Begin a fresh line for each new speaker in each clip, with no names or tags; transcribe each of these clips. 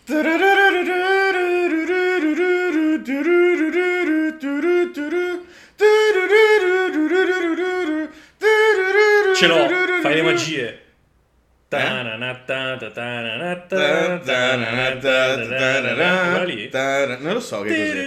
Ce l'ho, fai le magie. Guarda lì.
Non lo so che cos'è.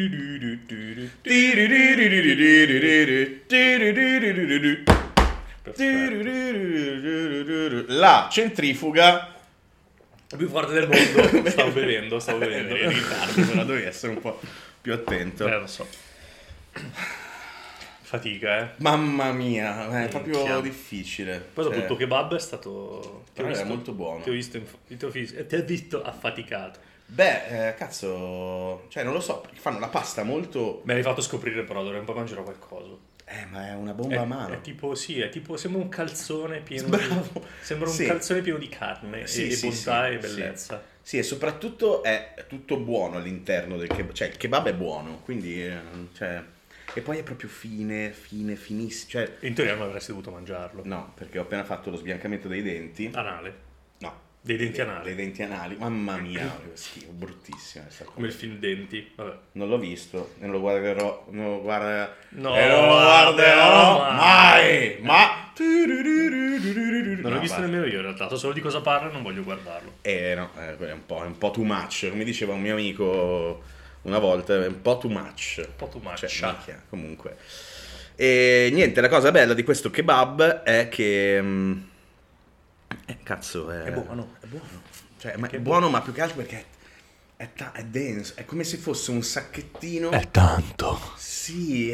La centrifuga
più forte del mondo. Stavo vedendo.
Ero in ritardo, però dovevi essere un po' più attento.
Lo so. Fatica,
Mamma mia, è proprio
Minchia.
difficile.
Poi dopo il tuo kebab è stato...
Però è molto buono.
Ti ho visto affaticato.
Beh, cazzo, cioè non lo so, perché fanno la pasta molto...
Me l'hai fatto scoprire però, dovrei un po' mangiare qualcosa.
Ma è una bomba a mano.
È tipo, sembra un calzone pieno
Bravo.
Sembra un
Sì.
calzone pieno di carne e bontà e bellezza.
Sì, e soprattutto è tutto buono all'interno del kebab, cioè il kebab è buono, quindi, cioè... E poi è proprio finissimo, cioè...
In teoria non avresti dovuto mangiarlo.
No, perché ho appena fatto lo sbiancamento dei denti.
Anale.
No.
Dei denti anali.
Dei denti anali. Mamma mia, che schifo, bruttissima questa cosa.
Come il film Denti. Vabbè.
Non l'ho visto, e non lo guarderò, non lo guarderò,
No,
e non lo guarderò
mai.
mai, ma...
Non l'ho visto nemmeno io in realtà, so solo di cosa parla e non voglio guardarlo.
No, quello è un po' too much, come diceva un mio amico una volta, è un po' too much.
Un po' too much.
Cioè, minchia, comunque. E niente, la cosa bella di questo kebab è che... cazzo,
È buono.
Cioè, è buono, ma più che altro perché è denso, è come se fosse un sacchettino.
È tanto.
Sì,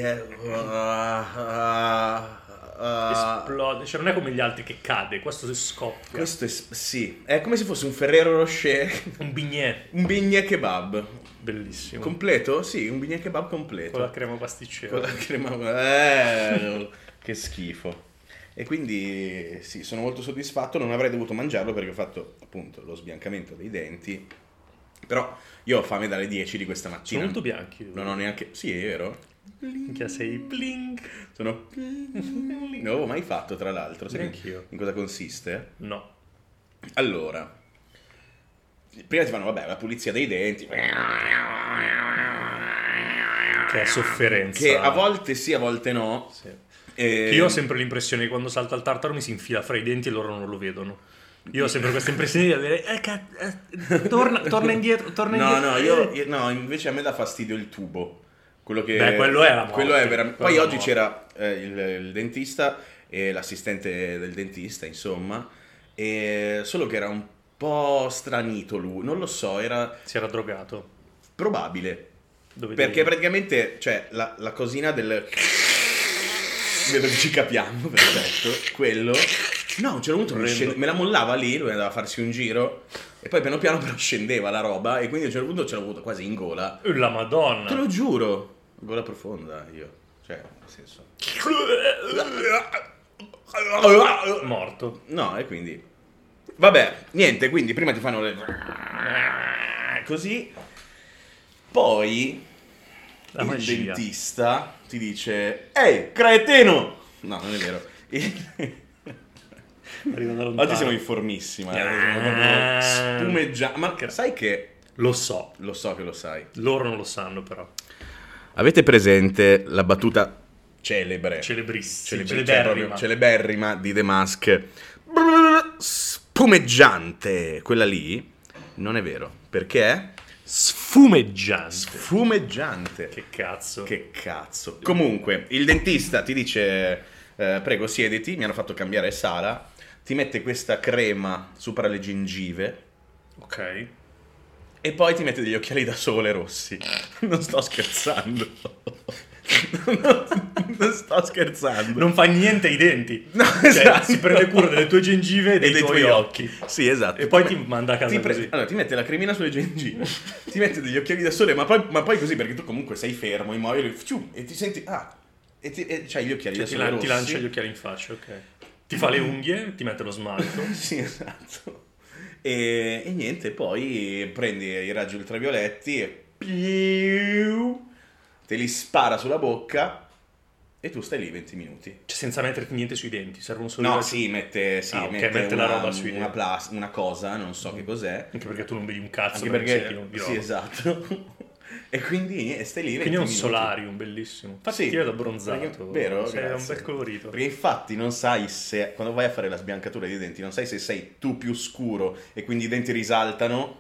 Esplode, cioè non è come gli altri che cade, questo si scoppia.
questo sì, è come se fosse un Ferrero Rocher,
Un bignè.
un bignè kebab.
Bellissimo.
Completo? Sì, un bignè kebab completo.
Con la crema pasticcera.
Con la crema... che schifo. E quindi sì, sono molto soddisfatto. Non avrei dovuto mangiarlo perché ho fatto appunto lo sbiancamento dei denti. Però io ho fame dalle 10 di questa mattina.
Sono molto bianchi.
Non ho neanche... Sì, è vero.
Minchia, sei bling.
Sono... Non l'avevo mai fatto, tra l'altro. Sai
Neanch'io.
in cosa consiste?
No.
Allora, prima ti fanno, vabbè, la pulizia dei denti.
Che è sofferenza.
Che a volte sì, a volte no.
Sì.
E...
Io ho sempre l'impressione che quando salta il tartaro mi si infila fra i denti e loro non lo vedono. Io ho sempre questa impressione di avere torna indietro,
No, no, invece a me dà fastidio il tubo. Quello che...
Beh, quello è la morte.
Quello è veramente...
Quello
Poi
è la
oggi
morte.
c'era il dentista e l'assistente del dentista, insomma, e solo che era un po' stranito lui, non lo so, era
Si era drogato.
probabile.
Dove
Perché
devi-
praticamente, cioè, la cosina del... Vedo che ci capiamo, perfetto. Quello... No, a un certo punto me la mollava lì, lui andava a farsi un giro e poi piano piano però scendeva la roba e quindi a un certo punto ce l'ho avuta quasi in gola.
La Madonna.
Te lo giuro. Gola profonda io. Cioè, nel senso...
Morto.
No, e quindi... Vabbè, niente, quindi prima ti fanno le... Così. Poi...
La
il
magia.
dentista ti dice: ehi, cretino! No, non è vero.
Arriva da lontano.
Oggi siamo in formissima. Spumeggiati. Ma sai che...
Lo so.
Lo so che lo sai.
Loro non lo sanno però.
Avete presente la battuta celebre?
Celebrissimo.
Celeberrima di The Mask. Spumeggiante. Quella lì non è vero. Perché?
Sfumeggiante.
Sfumeggiante.
Che cazzo.
Che cazzo. Comunque, il dentista ti dice: prego, siediti. Mi hanno fatto cambiare sala. Ti mette questa crema sopra le gengive.
Ok.
E poi ti mette degli occhiali da sole rossi. Non sto scherzando. Non sto scherzando.
Non fa niente ai denti.
No,
Cioè,
esatto.
si prende cura delle tue gengive e dei tuoi occhi.
Sì, esatto.
E poi ti manda a casa così.
Allora, ti mette la cremina sulle gengive, ti mette degli occhiali da sole, ma poi così, perché tu comunque sei fermo, immobile, e ti senti... e c'hai gli occhiali
Cioè,
da sole rossi.
ti lancia gli occhiali in faccia, ok. Ti fa le unghie, ti mette lo smalto.
Sì, esatto. E niente, poi prendi i raggi ultravioletti e te li spara sulla bocca e tu stai lì 20 minuti.
Cioè senza metterti niente sui denti, servono solo
No,
i-
sì, mette
mette la roba sui denti.
una cosa, non so che cos'è.
Anche perché tu non vedi un cazzo,
Anche
perché sei
perché
pieno di
sì,
roba.
esatto. E quindi stai lì 20
Quindi è un
minuti.
solarium bellissimo. Infatti
Sì,
ti vedo abbronzato.
perché- vero?
Sei un
Grazie.
bel colorito.
Perché infatti non sai se quando vai a fare la sbiancatura dei denti, non sai se sei tu più scuro e quindi i denti risaltano.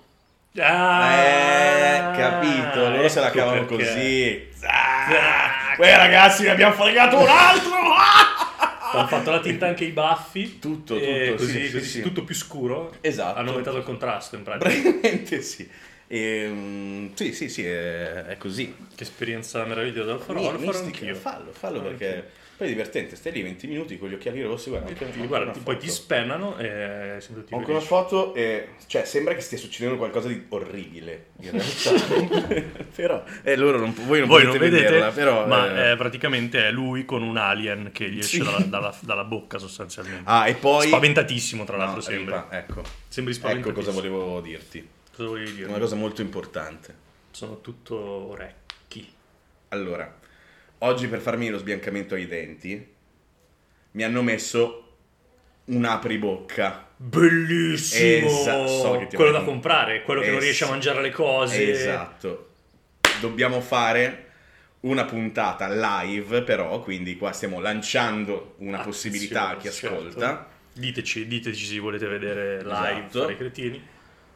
Capito? Loro se la
ecco
cavano
perché.
così. Poi ragazzi ne abbiamo fregato un altro!
Hanno fatto la tinta anche i baffi.
Tutto,
così,
sì,
così,
sì.
tutto più scuro.
Esatto.
Hanno aumentato il contrasto in pratica.
Praticamente sì. Sì, è così.
Che esperienza meravigliosa. Lo farò
Mistica,
anch'io.
fallo perché poi è divertente, stai lì 20 minuti con gli occhiali rossi, guarda,
Guarda, poi ti spennano e sempre ti
ho anche una
felice.
foto e cioè sembra che stia succedendo qualcosa di orribile in realtà. Però loro voi non
Voi
potete
non vedete,
vederla, però
ma praticamente è lui con un alien che gli esce
Sì.
dalla bocca sostanzialmente.
e poi
Spaventatissimo, tra
No,
l'altro, sembra.
ecco.
Sembri
Ecco
spaventatissimo.
cosa volevo dirti.
Cosa volevi dire?
Una cosa molto importante.
Sono tutto orecchi.
Allora, oggi per farmi lo sbiancamento ai denti mi hanno messo un apribocca.
Bellissimo!
So che ti
Quello da
voglio-
comprare, quello che non riesce a mangiare le cose.
Esatto. Dobbiamo fare una puntata live, però, quindi qua stiamo lanciando una possibilità a chi
Attenzione,
ascolta.
certo. Diteci se volete vedere live,
Esatto.
fare i cretini.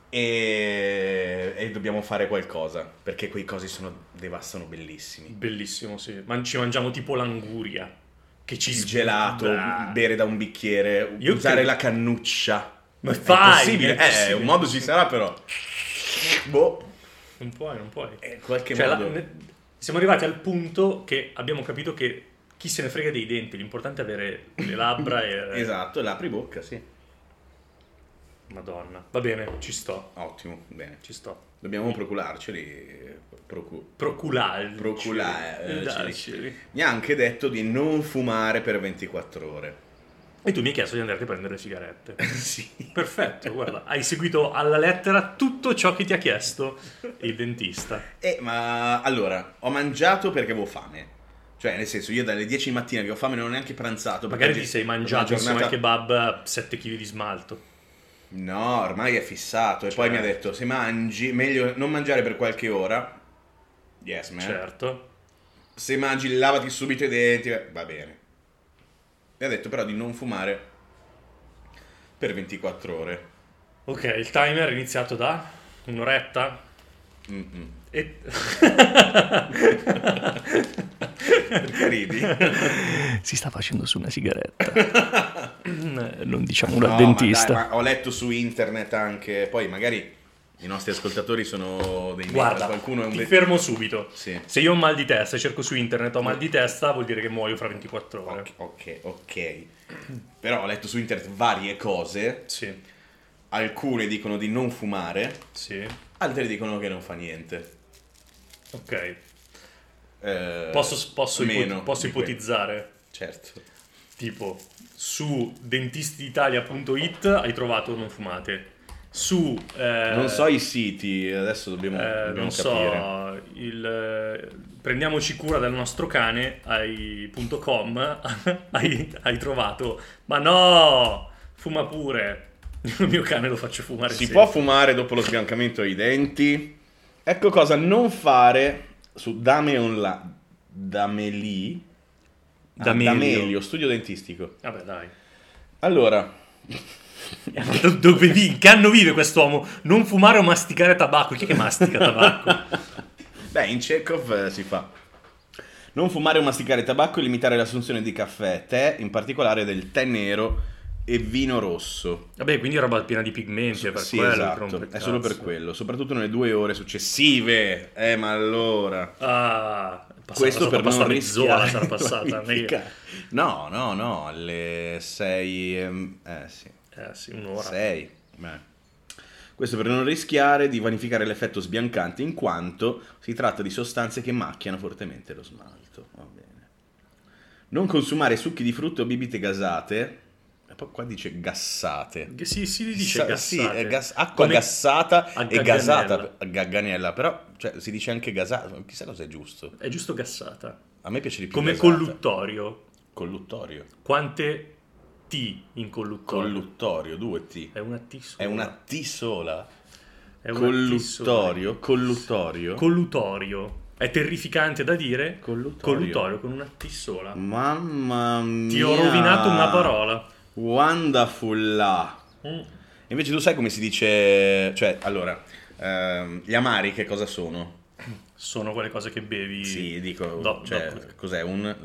E dobbiamo fare qualcosa, perché quei cosi devastano bellissimi.
Bellissimo, sì. Ci mangiamo tipo l'anguria. Che ci
Il gelato,
sbuda.
bere da un bicchiere,
Io
usare
credo-
la cannuccia.
Ma
È
fai!
possibile,
è possibile.
un modo ci sarà però. Boh,
Non puoi.
in qualche
Cioè,
modo.
siamo arrivati al punto che abbiamo capito che chi se ne frega dei denti, l'importante è avere le labbra e...
Esatto, l'apri bocca, sì.
Madonna. Va bene, ci sto.
Ottimo, bene.
Ci sto.
Dobbiamo procularceli.
Procularci.
Procularceli. Mi ha anche detto di non fumare per 24 ore.
E tu mi hai chiesto di andare a prendere le sigarette.
Sì.
Perfetto, guarda, hai seguito alla lettera tutto ciò che ti ha chiesto il dentista.
Ma allora, ho mangiato perché avevo fame. Cioè, nel senso, io dalle 10 di mattina che ho fame non ho neanche pranzato.
Magari
perché
ti sei
oggi è una
mangiato insieme al
giornata-
kebab 7 kg di smalto.
No, ormai è fissato. E poi mi ha detto, se mangi, meglio non mangiare per qualche ora. Yes, man.
Certo.
Se mangi, lavati subito i denti. Va bene. Mi ha detto però di non fumare per 24 ore.
Ok, il timer è iniziato da un'oretta.
Mm-mm.
E...
Perché ridi?
Si sta facendo su una sigaretta. Non diciamo
No,
al dentista.
ma ho letto su internet anche. Poi magari i nostri ascoltatori sono dei
Guarda,
qualcuno è un
ti fermo subito.
Sì.
Se io ho mal di testa e cerco su internet ho mal di testa, vuol dire che muoio fra 24 ore.
Ok. Però ho letto su internet varie cose.
Sì,
Alcune dicono di non fumare,
sì.
altre dicono che non fa niente.
Ok.
Eh,
Posso
meno
posso
di quello.
ipotizzare?
Certo.
Tipo, su dentistiditalia.it hai trovato non fumate. Su
Non so i siti, adesso dobbiamo
non
capire.
so, prendiamoci cura del nostro cane .com hai trovato, ma no, fuma pure. Il mio cane lo faccio fumare
Si
sempre.
può fumare dopo lo sbiancamento ai denti? Ecco cosa non fare su Damelio, studio dentistico.
Vabbè, dai.
Allora,
In che anno vive quest'uomo? Non fumare o masticare tabacco. Chi è che mastica tabacco?
beh, in Chekhov si fa. Non fumare o masticare tabacco e limitare l'assunzione di caffè, tè, in particolare del tè nero e vino rosso.
Vabbè, quindi è roba piena di pigmenti, è per
Sì,
quello che
esatto,
rompe il
è solo per
cazzo.
quello, soprattutto nelle 2 ore successive. Ma allora...
Ah,
Questo per non
mezz'ora
rischiare
sarà passata.
la verifica. No, alle 6 sì.
Sì, un'ora.
6. Questo per non rischiare di vanificare l'effetto sbiancante, in quanto si tratta di sostanze che macchiano fortemente lo smalto. Va bene. Non consumare succhi di frutta o bibite gasate. E poi qua dice gassate.
Sì, si dice gassate.
Sì, è acqua
Come
gassata
a
e
gagganella.
gasata a gagganella, però cioè, si dice anche gasata, chissà cosa è giusto.
È giusto gassata.
A me piace di più
Come
gasata.
colluttorio.
Colluttorio.
Quante T in colluttorio?
Colluttorio, 2 T.
È una T sola.
È una T sola.
È una T sola.
Colluttorio.
Collutorio. È terrificante da dire.
Colluttorio.
Con una T sola.
Mamma mia.
Ti ho rovinato una parola.
Wonderful là. Invece tu sai come si dice... Cioè, allora, gli amari che cosa sono?
Sono quelle cose che bevi.
Sì, dico, cioè,
dopo.
cos'è?
È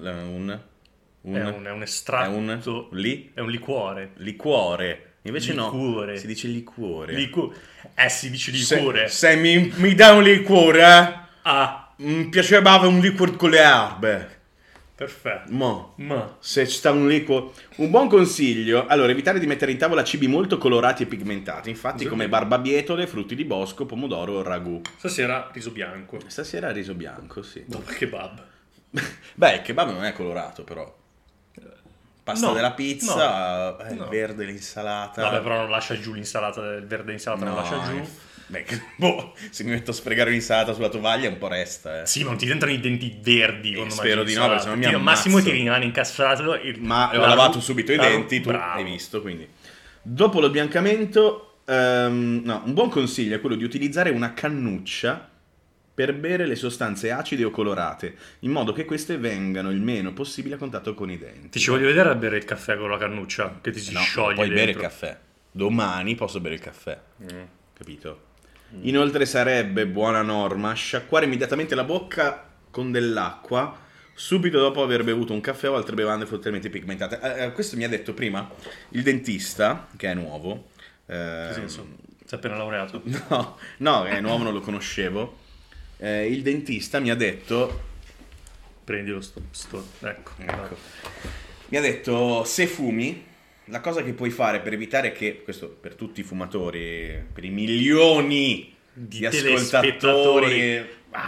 un estratto.
È un
È un liquore.
liquore. Invece
Liquore.
no, si dice liquore.
Si dice liquore.
Se mi dai un liquore,
Ah,
mi piacerebbe avere un liquore con le erbe.
perfetto.
Ma se ci sta un liquore, un buon consiglio, allora evitare di mettere in tavola cibi molto colorati e pigmentati, infatti come barbabietole, frutti di bosco, pomodoro o ragù.
Stasera riso bianco.
Stasera riso bianco, sì.
Dopo il kebab.
Beh, il kebab non è colorato però. Pasta
No,
della pizza,
no,
il
no.
verde, l'insalata.
Vabbè, però non lascia giù l'insalata, il verde insalata non lascia giù.
Beh, se mi metto a sprecare un'insalata sulla tovaglia un po' resta,
Sì, ma non ti diventano i denti verdi quando mangi
spero di no, perché sennò mi
Al
ammazzo.
massimo ti rimane incassato.
Ma ho lavato subito i denti, tu
bravo.
hai visto, quindi. Dopo l'abbiancamento, no, un buon consiglio è quello di utilizzare una cannuccia per bere le sostanze acide o colorate, in modo che queste vengano il meno possibile a contatto con i denti.
Ti ci voglio vedere a bere il caffè con la cannuccia, che ti si
No,
scioglie
puoi bere il
dentro.
caffè. Domani posso bere il caffè. Capito? Inoltre sarebbe buona norma sciacquare immediatamente la bocca con dell'acqua subito dopo aver bevuto un caffè o altre bevande fortemente pigmentate. Questo mi ha detto prima il dentista, che è nuovo.
Che senso? Sei appena laureato?
No, è nuovo, non lo conoscevo. Il dentista mi ha detto...
Prendi lo ecco.
Mi ha detto, se fumi, la cosa che puoi fare per evitare che, questo per tutti i fumatori, per i milioni di ascoltatori,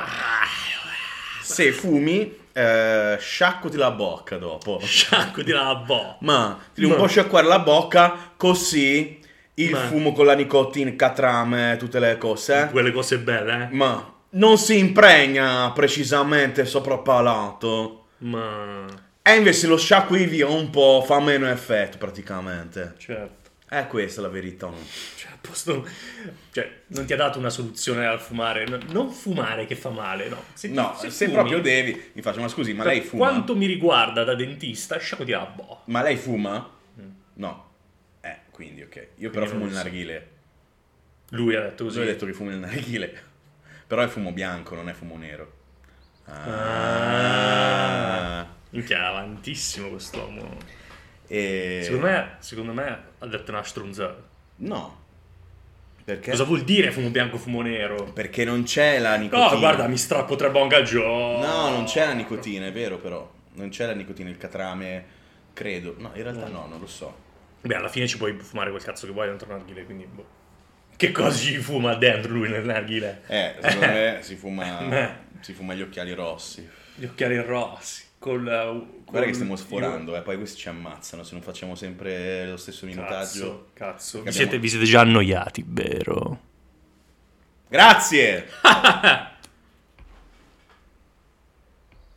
se fumi, sciacquati la bocca dopo.
Sciacquati la bocca.
Ma ti devi un po' sciacquare la bocca, così il fumo con la nicotina, il catrame, tutte le cose.
Quelle cose belle,
Ma non si impregna precisamente sopra il palato.
Ma...
E invece lo sciacqui via un po', fa meno effetto praticamente.
Certo.
È questa la verità.
Cioè, a posto... Cioè, non ti ha dato una soluzione al fumare. Non fumare che fa male, no. Se fumi,
proprio devi... Mi faccio, ma scusi, ma lei fuma?
Quanto mi riguarda da dentista, sciacquati la bocca.
Ma lei fuma? No. Quindi ok. Io però fumo il
non so.
narghile.
Lui ha detto così.
Lui ha detto che fumo il narghile. Però è fumo bianco, non è fumo nero.
Minchia, avantissimo quest'uomo.
E...
Secondo me ha detto una stronzata.
No. Perché?
Cosa vuol dire fumo bianco, fumo nero?
Perché non c'è la nicotina.
No, guarda, mi strappo 3 bonga al giorno.
No, non c'è la nicotina, è vero però. Non c'è la nicotina, il catrame, credo. No, in realtà no, non lo so.
Beh, alla fine ci puoi fumare quel cazzo che vuoi dentro un narghile, quindi... Boh. Che cosa ci fuma dentro lui nel narghile?
Secondo me si fuma gli occhiali rossi.
Gli occhiali rossi.
Guarda che stiamo sforando, poi questi ci ammazzano se non facciamo sempre lo stesso minutaggio.
Cazzo.
Perché
Vi siete già annoiati, vero?
Grazie!